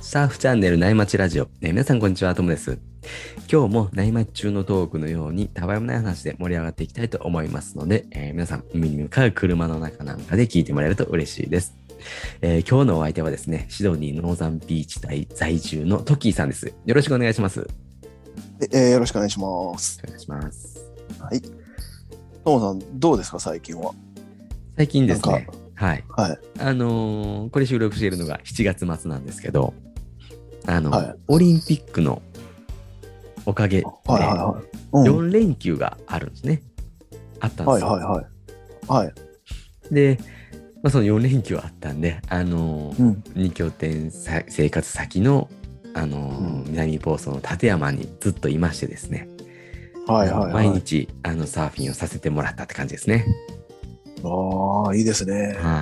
サーフチャンネル内町ラジオ、皆さんこんにちは、トムです。今日も内町中のトークのようにたわいもない話で盛り上がっていきたいと思いますので、皆さん耳に向かう車の中なんかで聞いてもらえると嬉しいです。今日のお相手はですね、シドニーノーザンビーチ在住のトッキーさんです。よろしくお願いします。 よろしくお願いします。 お願いします。 はい。トモさん、どうですか、最近は。 最近ですね、はい。 はい。 これ収録しているのが7月末なんですけど、 はい、 オリンピックのおかげで、4連休があるんですね。あったんですよ。 はい。 で、その4連休あったんで、2拠点生活先の、南房総の館山にずっといましてですね。毎日、サーフィンをさせてもらったって感じですね。 ああ、いいですね。 はい。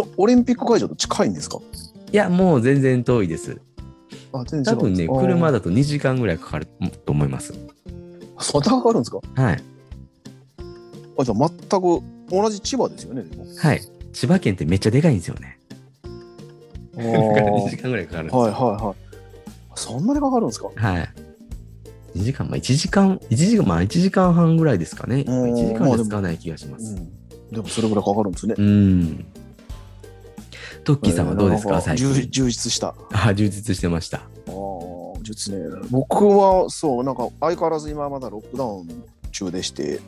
オリンピック会場と近いんですか？ いや、もう全然遠いです。 全然違う。 多分ね、車だと2時間ぐらいかかると思います。 そんなかかるんですか？ はい。 じゃあ全く同じ千葉ですよね。でもはい。千葉県ってめっちゃでかいんですよね。2時間ぐらいかかるんですよ。 そんなにかかるんですか？ はい。2時間、1時間、1時間半ぐらいですかね。1時間で使わない気がします。 でもそれぐらいかかるんですね。 トッキーさんはどうですか、最近。 充実した。 充実してました。 充実ね。僕は相変わらず今まだロックダウン中でして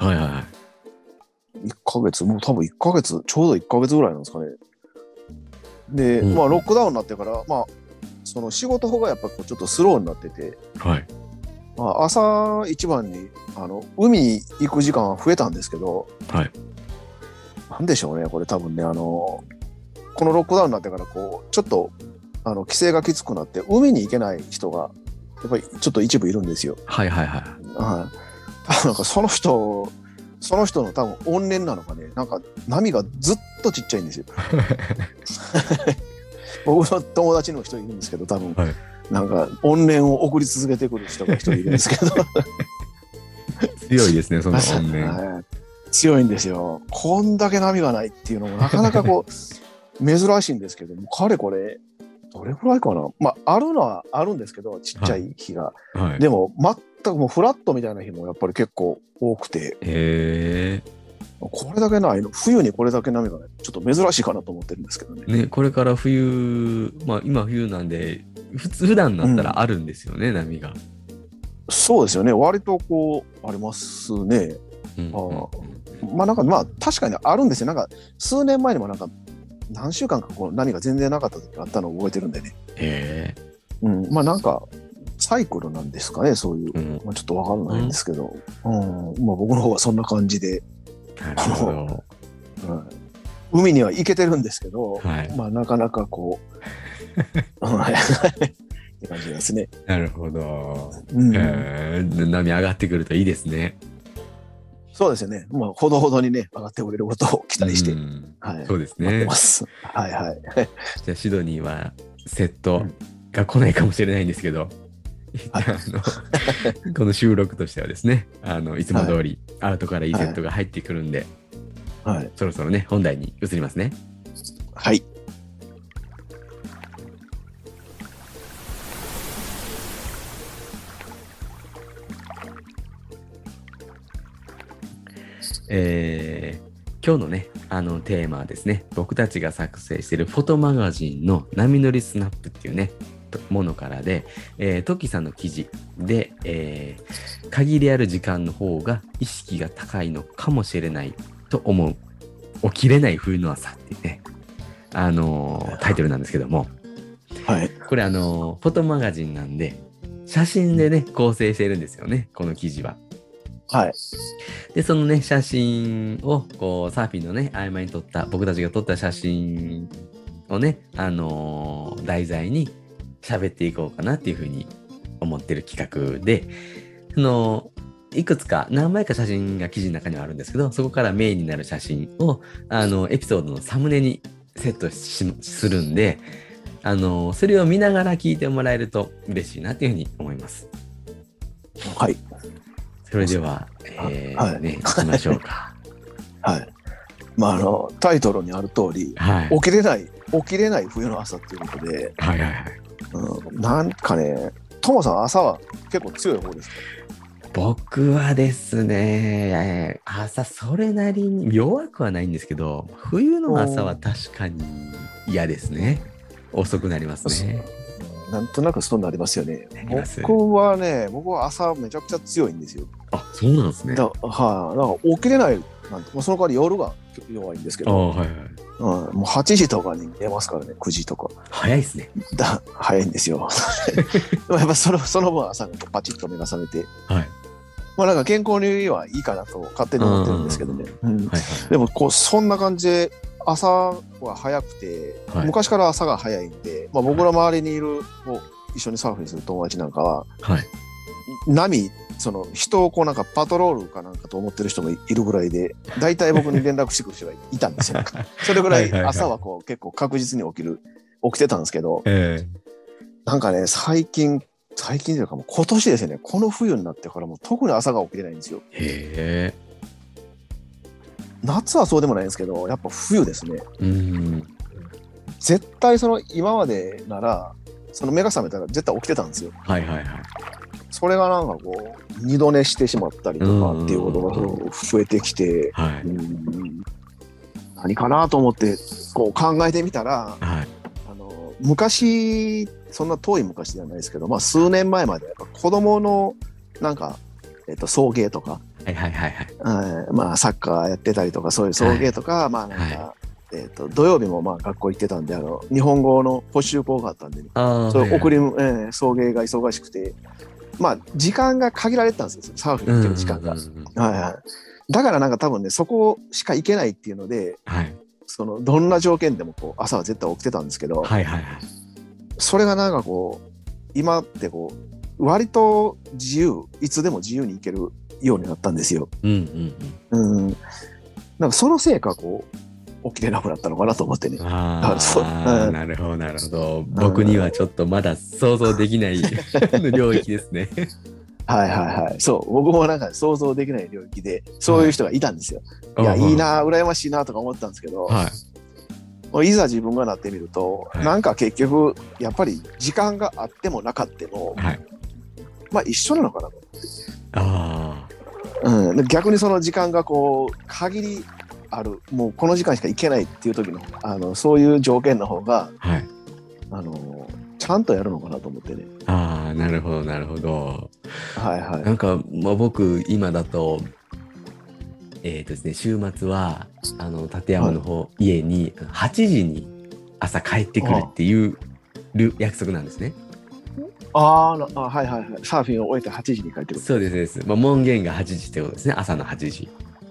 、1ヶ月、もう多分1ヶ月、ちょうど1ヶ月ぐらいなんですかね。で、ロックダウンになってから、その仕事がやっぱちょっとスローになってて、朝一番に海に行く時間は増えたんですけど、なんでしょうね、これ多分ね、このロックダウンになってからちょっと規制がきつくなって海に行けない人がやっぱりちょっと一部いるんですよ。その人の多分怨念なのかね、波がずっとちっちゃいんですよ。僕の友達の人いるんですけど、多分、怨念を送り続けてくる人が一人いるんですけど強いですね、その怨念。 強いんですよ。こんだけ波がないっていうのもなかなか珍しいんですけども、かれこれどれぐらいかな。あるのはあるんですけど、ちっちゃい日が、でも全くもうフラットみたいな日もやっぱり結構多くて、これだけないの、冬にこれだけ波がない、ちょっと珍しいかなと思ってるんですけどね。 これから冬、今冬なんで普段だったらあるんですよね、波が。 そうですよね、割とありますね。確かにあるんですよ。数年前にも何週間か波が全然なかった時があったのを覚えてるんでね。サイクルなんですかね、そういう、ちょっとわからないんですけど、僕の方はそんな感じで、海には行けてるんですけど、なかなかって感じですね。 なるほど。波上がってくるといいですね。 そうですよね。ほどほどにね、上がってくれることを期待して、 そうですね。 待ってます。 じゃあシドニーはセットが来ないかもしれないんですけど、この収録としてはですね、いつも通りアウトからいいセットが入ってくるんで、そろそろね、本題に移りますね。 はい。 今日のね、テーマはですね、僕たちが作成しているフォトマガジンの波乗りスナップっていうね、ものからで、トキさんの記事で、限りある時間の方が意識が高いのかもしれないと思う。起きれない冬の朝っていうね、タイトルなんですけども、これフォトマガジンなんで、写真でね、構成しているんですよね、この記事は。で、そのね、写真を、サーフィンのね、合間に撮った、僕たちが撮った写真をね、題材に喋っていこうかなっていうふうに思ってる企画で、いくつか、何枚か写真が記事の中にはあるんですけど、そこからメインになる写真を、エピソードのサムネにセットするんで、それを見ながら聞いてもらえると嬉しいなっていうふうに思います。 はい。 それでは、行きましょうか。 まあタイトルにある通り、 はい。 起きれない冬の朝っていうことで、 はいはいはい。 なんかね、トモさん朝は結構強い方ですか？ 僕はですね、朝それなりに弱くはないんですけど、冬の朝は確かに嫌ですね。遅くなりますね。 なんとなくそうなりますよね。僕は朝めちゃくちゃ強いんですよ。 あ、そうなんですね。 だから起きれないなんて、その代わり夜が弱いんですけど、 はいはい。 もう8時とかに寝ますからね、9時とか。 早いですね。 早いんですよ。やっぱその分朝がパチッと目が覚めて、 はい。 まあなんか健康にはいいかなと勝手に思ってるんですけどね。でもそんな感じで朝は早くて、昔から朝が早いんで、まあ、僕の周りにいる一緒にサーフィンする友達なんかは、人をこうなんかパトロールかなんかと思ってる人もいるぐらいで、大体僕に連絡してくる人がいたんですよ。それぐらい朝はこう結構確実に起きてたんですけど、なんかね、最近というかもう今年ですよね、この冬になってからもう特に朝が起きれないんですよ。 へー。 夏はそうでもないんですけど、やっぱ冬ですね。絶対今までなら目が覚めたら絶対起きてたんですよ。それがなんかこう二度寝してしまったりとかっていうことが増えてきて、何かなと思ってこう考えてみたら、昔、そんな遠い昔ではないですけど、まあ数年前までやっぱ子供のなんか送迎とか、まあサッカーやってたりとか、そういう送迎とか、まあなんか、土曜日もまあ学校行ってたんで、日本語の補習校があったんで、ね、それ送迎が忙しくて、まあ時間が限られてたんですよ、サーフィン行ってる時間が。だからなんか多分ね、そこしか行けないっていうので、どんな条件でもこう朝は絶対起きてたんですけど、それがなんかこう今ってこう割といつでも自由に行けるようになったんですよ。なんかそのせいかこう起きれなくなったのかなと思ってね。 なるほどなるほど。僕にはちょっとまだ想像できない領域ですね。 そう、僕もなんか想像できない領域でそういう人がいたんですよ。いや、いいな、羨ましいなとか思ったんですけど、いざ自分がなってみると、なんか結局やっぱり時間があってもなかっても、まあ一緒なのかなと。逆にその時間がこう限りある、もうこの時間しか行けないっていう時のそういう条件の方が、ちゃんとやるのかなと思ってね。 なるほどなるほど。なんか、まあ、僕今だとですね、週末は立山の方、家に8時に朝帰ってくるっていう約束なんですね。 サーフィンを終えて8時に帰ってくる。 そうです。まあ、門限が8時ってことですね。朝の8時。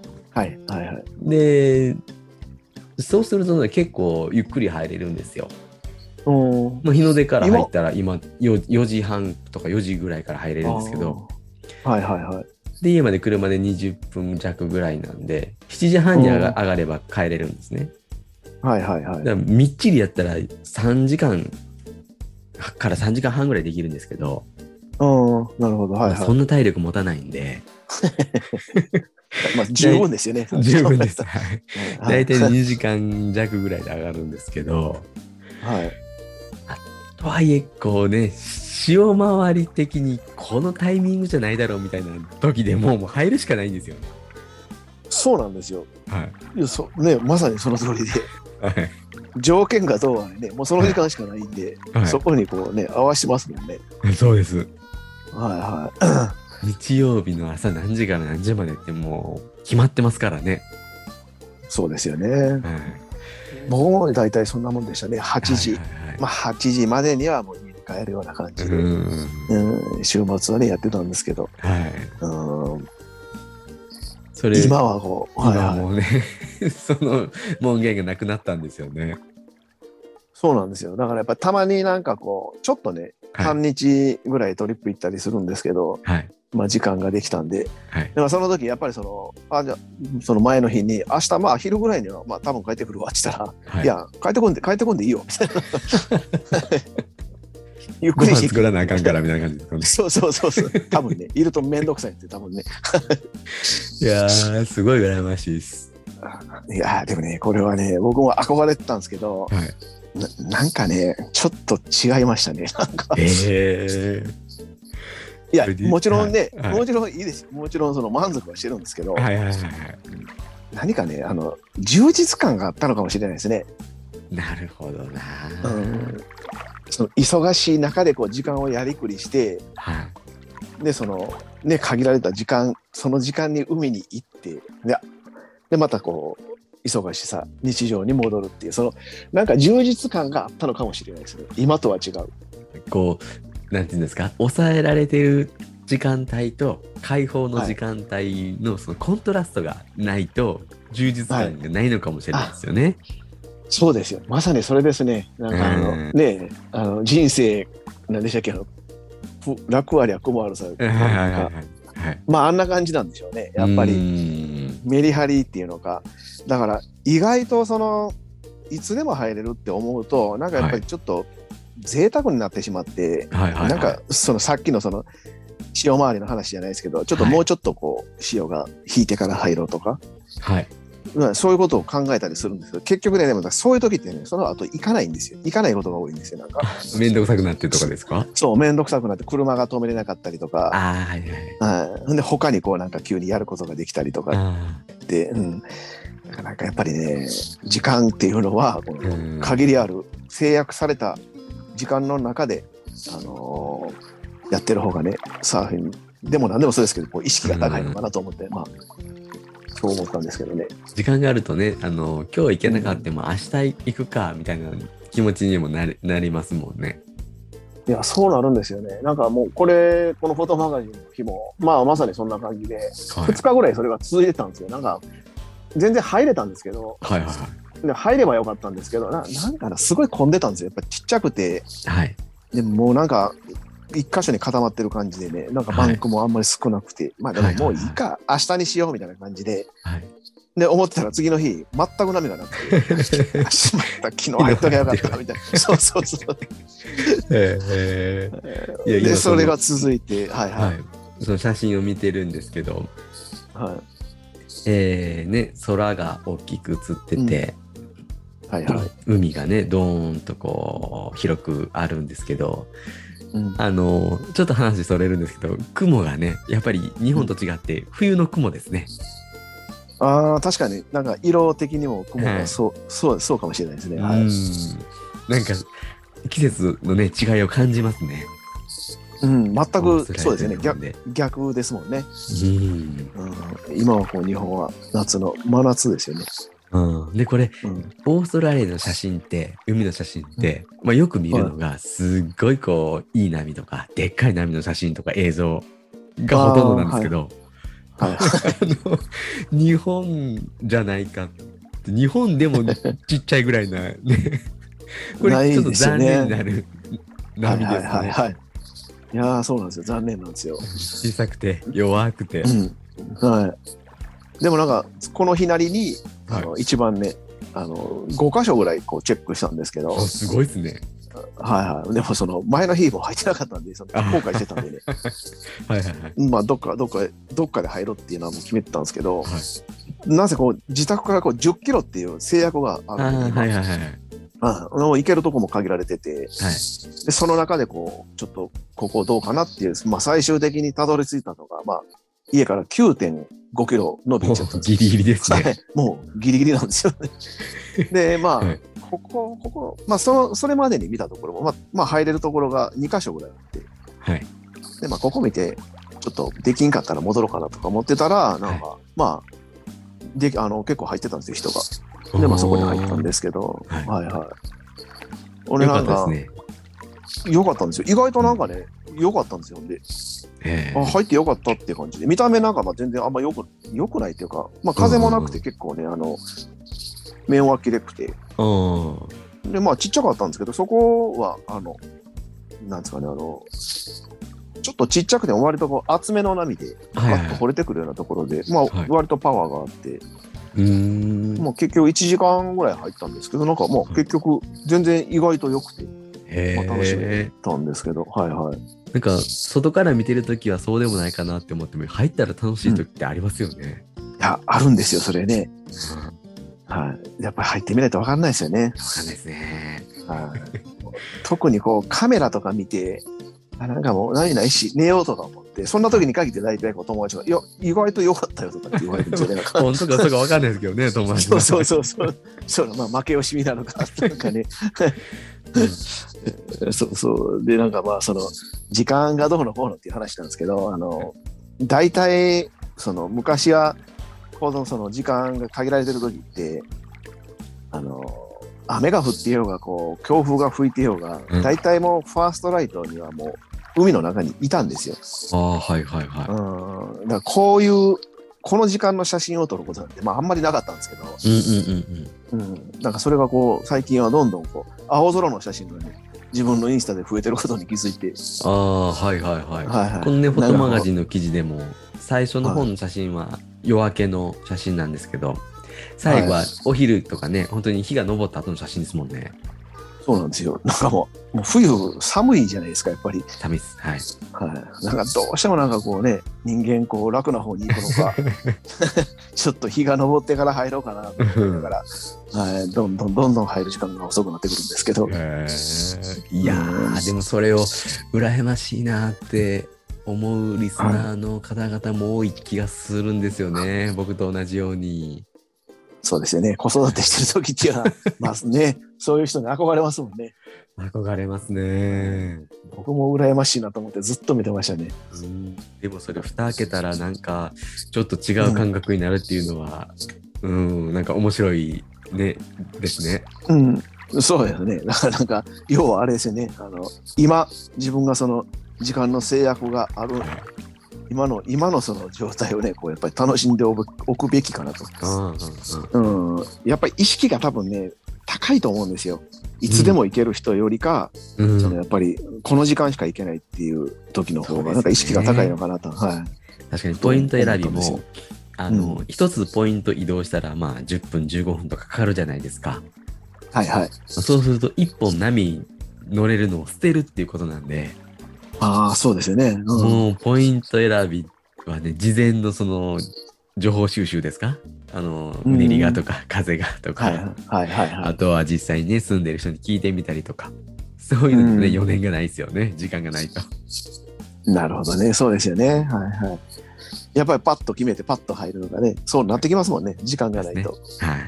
で、そうするとね、結構ゆっくり入れるんですよ。まあ、日の出から入ったら今 4時半とか4時ぐらいから入れるんですけど、で家まで車で20分弱ぐらいなんで7時半に上がれば帰れるんですね。だからみっちりやったら3時間から3時間半ぐらいできるんですけど、 なるほど。 そんな体力持たないんでまあ十分ですよね。 十分です。だいたい2時間弱ぐらいで上がるんですけど、とはいえこうね、潮回り的にこのタイミングじゃないだろうみたいな時でもう入るしかないんですよね。 そうなんですよ。まさにその通りで、条件がどうあれね、もうその時間しかないんで、そこにこうね合わせますもんね。 そうです。日曜日の朝何時から何時までってもう決まってますからね。 そうですよね。僕も大体そんなもんでしたね。8時、まあ8時までにはもう家に帰るような感じで、週末はねやってたんですけど、 それ今はこう今もうねその門限がなくなったんですよね。 そうなんですよ。だからやっぱりたまになんかこうちょっとね、半日ぐらいトリップ行ったりするんですけど、まあ時間ができたんで、でもその時やっぱりじゃあその前の日に明日まあ昼ぐらいにはまあ多分帰ってくるわって言ったら、いや帰ってこんでいいよみたいな。ゆっくりご飯作らなあかんからみたいな感じですかね。そう多分ね、いると面倒くさいって多分ね。 いやーすごい羨ましいです。 いやでもねこれはね僕も憧れてたんですけど、 はい、 なんかねちょっと違いましたねなんか。いやもちろんね、はいはい、もちろんいいです。もちろんその満足はしてるんですけど、 はいはいはいはい、 何かね充実感があったのかもしれないですね。 なるほどな、 その忙しい中でこう時間をやりくりして、 はい、 でそのね限られた時間その時間に海に行ってでまたこう忙しさ日常に戻るっていうそのなんか充実感があったのかもしれないですね。今とは違う。 こうなんていうんですか、抑えられてる時間帯と解放の時間帯のそのコントラストがないと充実感がないのかもしれないですよね。はい、 そうですよ。まさにそれですね。なんかね人生なんでしたっけ楽ありゃ苦もあるさ。まああんな感じなんでしょうね。やっぱりメリハリっていうのか。だから意外とそのいつでも入れるって思うとなんかやっぱりちょっと贅沢になってしまって、なんかそのさっきのその潮回りの話じゃないですけどちょっともうちょっとこう潮が引いてから入ろうとか、はい、そういうことを考えたりするんですけど結局ねでもそういう時ってねその後行かないんですよ。行かないことが多いんですよ。なんか面倒くさくなってるとかですか？そう面倒くさくなって車が止めれなかったりとか、はいはい、で他にこうなんか急にやることができたりとかで、なんかやっぱりね時間っていうのはこの限りある制約された時間の中で、やってる方がねサーフィンでも何でもそうですけどこう意識が高いのかなと思って、そう思ったんですけどね。 時間があるとね今日行けなかったも明日行くかみたいな気持ちにもなりますもんね。 いやそうなるんですよね。なんかもうこのフォトマガジンの日もまさにそんな感じで、2日ぐらいそれが続いてたんですよ。なんか全然入れたんですけど、で入ればよかったんですけどなんかすごい混んでたんですよ。やっぱちっちゃくて、でもうなんか一箇所に固まってる感じでねなんかバンクもあんまり少なくて、でももういいか、明日にしようみたいな感じで、で思ってたら次の日全く波がなくてしまった昨日入っときゃよかったみたいなそうでそれが続いてその写真を見てるんですけど、空が大きく写ってて、海がねドーンとこう広くあるんですけど、ちょっと話それるんですけど雲がねやっぱり日本と違って冬の雲ですね。 確かになんか色的にも雲がそうかもしれないですね。 なんか季節のね違いを感じますね。 全くそうですね。逆ですもんね。今はこう日本は真夏ですよね。 でこれ、オーストラリアの写真って海の写真って、よく見るのがすっごいこういい波とかでっかい波の写真とか映像がほとんどなんですけど、日本じゃないかって日本でもちっちゃいぐらいなねこれちょっと残念になる波ですね。 いやそうなんですよ。残念なんですよ。 小さくて弱くて、 でもなんかこの日なりに一番ね5箇所ぐらいこうチェックしたんですけど、 すごいですね。 でもその前の日も入ってなかったんで後悔してたんでねどっかで入ろうっていうのはもう決めてたんですけど、なぜこう自宅からこう10キロっていう制約があるんで行けるとこも限られてて、でその中でこうちょっとここどうかなっていう、最終的にたどり着いたのが、家から 9.5 キロ伸びちゃったんです。 ギリギリですね。 もうギリギリなんですよね。でここそれまでに見たところも入れるところが2箇所ぐらいあって、でここ見てちょっとできんかったら戻ろうかなとか思ってたらなんか、結構入ってたんですよ人が。でそこに入ったんですけど、俺なんか良かったんですよ。意外となんかね良かったんですよ。で入って良かったっていう感じで見た目なんか全然あんま良くないっていうか、風もなくて結構ね面はきれくて、でちっちゃかったんですけどそこはなんですかねちょっとちっちゃくても割とこう厚めの波でパッと掘れてくるようなところで、割とパワーがあって。結局1時間ぐらい入ったんですけどなんか結局全然意外と良くて、楽しめたんですけど、 なんか外から見てるときはそうでもないかなって思っても入ったら楽しいときってありますよね。 いやあるんですよそれね。 はい、やっぱり入ってみないと分かんないですよね。 分かんないですね。 はい、特にこうカメラとか見て、なんかもう何ないし寝ようとか思って、そんな時に限って大体こう友達が「いや意外と良かったよ」とかって言われるんですよね。 本当かそうか分かんないですけどね、友達は。 そうまあ負け惜しみなのかなんかね。そうでなんかまあその時間がどうのこうのっていう話なんですけど、大体その昔はこのその時間が限られてる時って雨が降っていようがこう強風が吹いていようが、大体もうファーストライトにはもう海の中にいたんですよ。 はいはいはい。 だからこういうこの時間の写真を撮ることなんて、まあ、あんまりなかったんですけど、なんかそれがこう最近はどんどんこう青空の写真がね自分のインスタで増えてることに気づいて、 はいはいはい。このねフォトマガジンの記事でも最初の本の写真は夜明けの写真なんですけど、最後はお昼とかね、本当に日が昇った後の写真ですもんね。 そうなんですよ。なんかもう冬寒いじゃないですか、やっぱり。 寒いです。はい。 なんかどうしてもなんかこうね、人間こう楽な方に行くのか、ちょっと日が昇ってから入ろうかなと思ってから、どんどん入る時間が遅くなってくるんですけど。 いやー、でもそれを羨ましいなって思うリスナーの方々も多い気がするんですよね。僕と同じように。 そうですよね。子育てしてる時っていうのは、まあね、そういう人に憧れますもんね。 憧れますね。 僕も羨ましいなと思ってずっと見てましたね。 でもそれ蓋開けたらなんかちょっと違う感覚になるっていうのは、なんか面白いねですね。 そうですね。だからなんか要はあれですよね。今自分がその時間の制約がある。今のその状態をねこうやっぱり楽しんでおくべきかなと。やっぱり意識が多分ね高いと思うんですよ。いつでも行ける人よりか、そのやっぱりこの時間しか行けないっていう時の方がなんか意識が高いのかなと。確かにポイント選びも一つポイント移動したらまあ10分15分とかかかるじゃないですか。そうすると一本波に乗れるのを捨てるっていうことなんで。 そうですよね。 もうポイント選びはね、事前のその情報収集ですか？うねりがとか風がとか、あとは実際にね住んでる人に聞いてみたりとか、そういうのにね余念がないですよね。時間がないと。 なるほどね、そうですよね。やっぱりパッと決めてパッと入るのがね、そうなってきますもんね。時間がないと。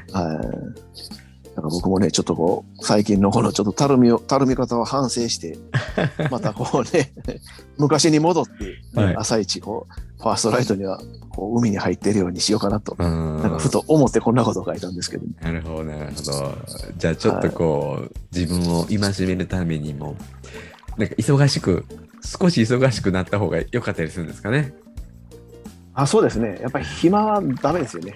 なんか僕もねちょっとこう最近のこのちょっとたるみ方を反省してまたこうね昔に戻って、朝一こうファーストライトにはこう海に入ってるようにしようかなとなんかふと思ってこんなことを書いたんですけど、 なるほどなるほど。じゃあちょっとこう、自分を戒めるためにもなんか少し忙しくなった方が良かったりするんですかね。 そうですね。やっぱり暇はダメですよね。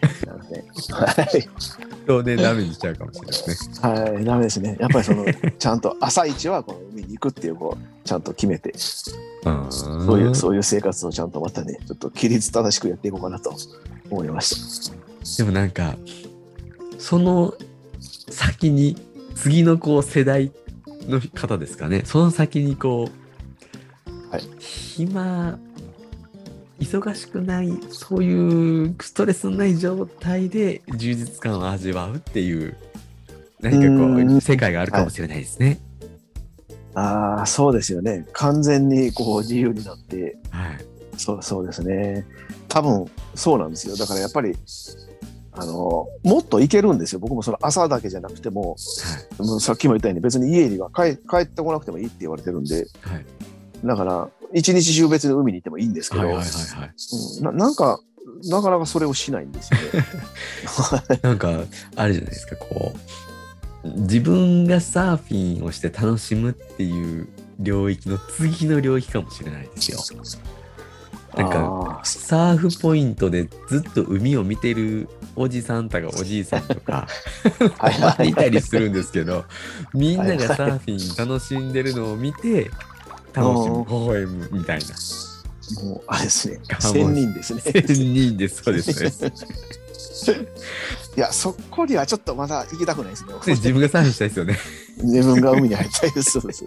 そうね、ダメにしちゃうかもしれないですね。ダメですね。やっぱりそのちゃんと朝一はこの海に行くっていうこうちゃんと決めて、そういう生活をちゃんとまたね、ちょっと規律正しくやっていこうかなと思いました。 でもなんかその先に次のこう世代の方ですかね。その先にこう、暇忙しくないそういうストレスのない状態で充実感を味わうっていう何かこう世界があるかもしれないですね。 そうですよね。完全にこう自由になって、そうですね。多分そうなんですよ。だからやっぱりもっといけるんですよ。僕もその朝だけじゃなくても、さっきも言ったように別に家には帰ってこなくてもいいって言われてるんで、だから一日中別に海に行ってもいいんですけど、なんかなかなかそれをしないんですよね。 なんかあれじゃないですか、こう自分がサーフィンをして楽しむっていう領域の次の領域かもしれないですよ。なんかサーフポイントでずっと海を見てるおじさんとかおじいさんとかいたりするんですけど、みんながサーフィン楽しんでるのを見て楽しむ、微笑むみたいな。 もうあれですね。仙人ですね。 仙人です。そうですね。 いや、そこにはちょっとまだ行きたくないですね。 自分がサーフィンしたいですよね。 自分が海に入りたいです。そうです。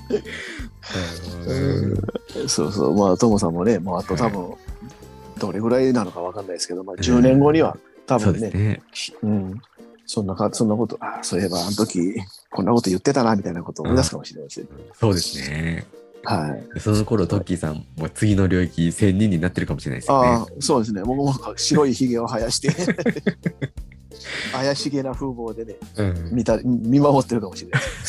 そう。まあトモさんもね、もうあと多分どれぐらいなのかわかんないですけど、10年後には多分ね、 そうですね。 うん、そんなこと、そういえばあの時こんなこと言ってたなみたいなことを思い出すかもしれないですね。 そうですね。 はい。 その頃、トッキーさんも次の領域仙人になってるかもしれないですよね。 そうですね。僕も白いひげを生やして怪しげな風貌でね、見守ってるかもしれないです。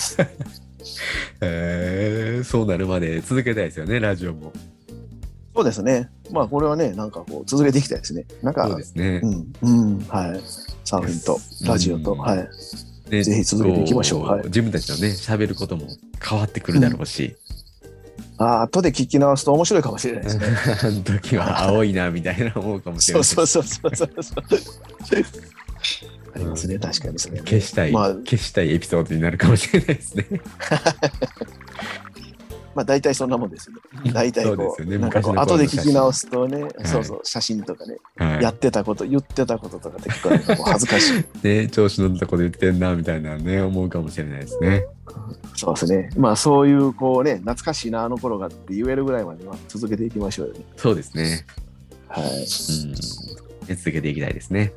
そうなるまで続けたいですよね、ラジオも。 そうですね。まあこれはね、なんかこう続けていきたいですね。なんか、 そうですね。 はい。サーフィンとラジオと、はい。 ね、 ぜひ続けていきましょう。はい。 自分たちのね、喋ることも変わってくるだろうし。 後で聞き直すと面白いかもしれないですね。 あの時は青いなみたいな思うかもしれない。 そう。ありますね、確かにそれ、ね。 消したいエピソードになるかもしれないですね。 まあ大体そんなもんですよね。大体こう、なんかこう後で聞き直すとね、写真とかね、やってたこと、言ってたこととかって結構なんか恥ずかしい。 ね、調子乗ったこと言ってんなみたいなね、思うかもしれないですね。 そうですね。まあそういうこうね、懐かしいなあの頃がって言えるぐらいまでは続けていきましょうよね。 そうですね。 はい。 続けていきたいですね。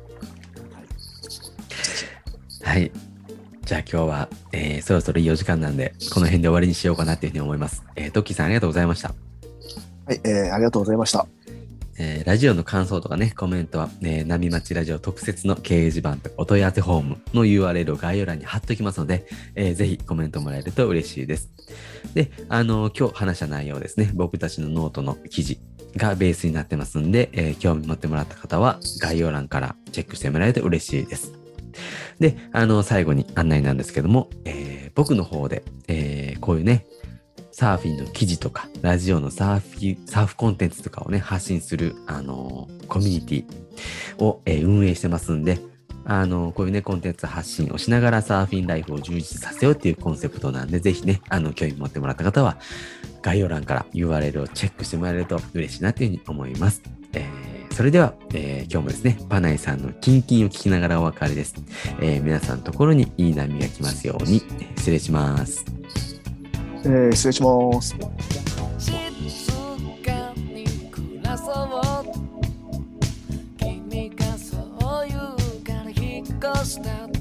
はい。じゃあ今日は、そろそろいいお時間なんで、この辺で終わりにしようかなというふうに思います。トッキーさんありがとうございました。 はい、ありがとうございました。 ラジオの感想とかね、コメントは、波町ラジオ特設の掲示板とかお問い合わせフォームの URL を概要欄に貼っておきますので、ぜひコメントもらえると嬉しいです。で、今日話した内容ですね、僕たちのノートの記事がベースになってますんで、興味持ってもらった方は概要欄からチェックしてもらえると嬉しいです。で、最後に案内なんですけども、僕の方で、こういうね、サーフィンの記事とか、ラジオのサーフコンテンツとかをね、発信する、コミュニティを、運営してますんで、こういうね、コンテンツ発信をしながらサーフィンライフを充実させようっていうコンセプトなんで、ぜひね、興味持ってもらった方は、概要欄から URL をチェックしてもらえると嬉しいなというふうに思います。それでは、今日もですね、パナイさんのキンキンを聞きながらお別れです。皆さんのところにいい波が来ますように、失礼します。 失礼します。 静かに暮らそう君がそう言うから引っ越した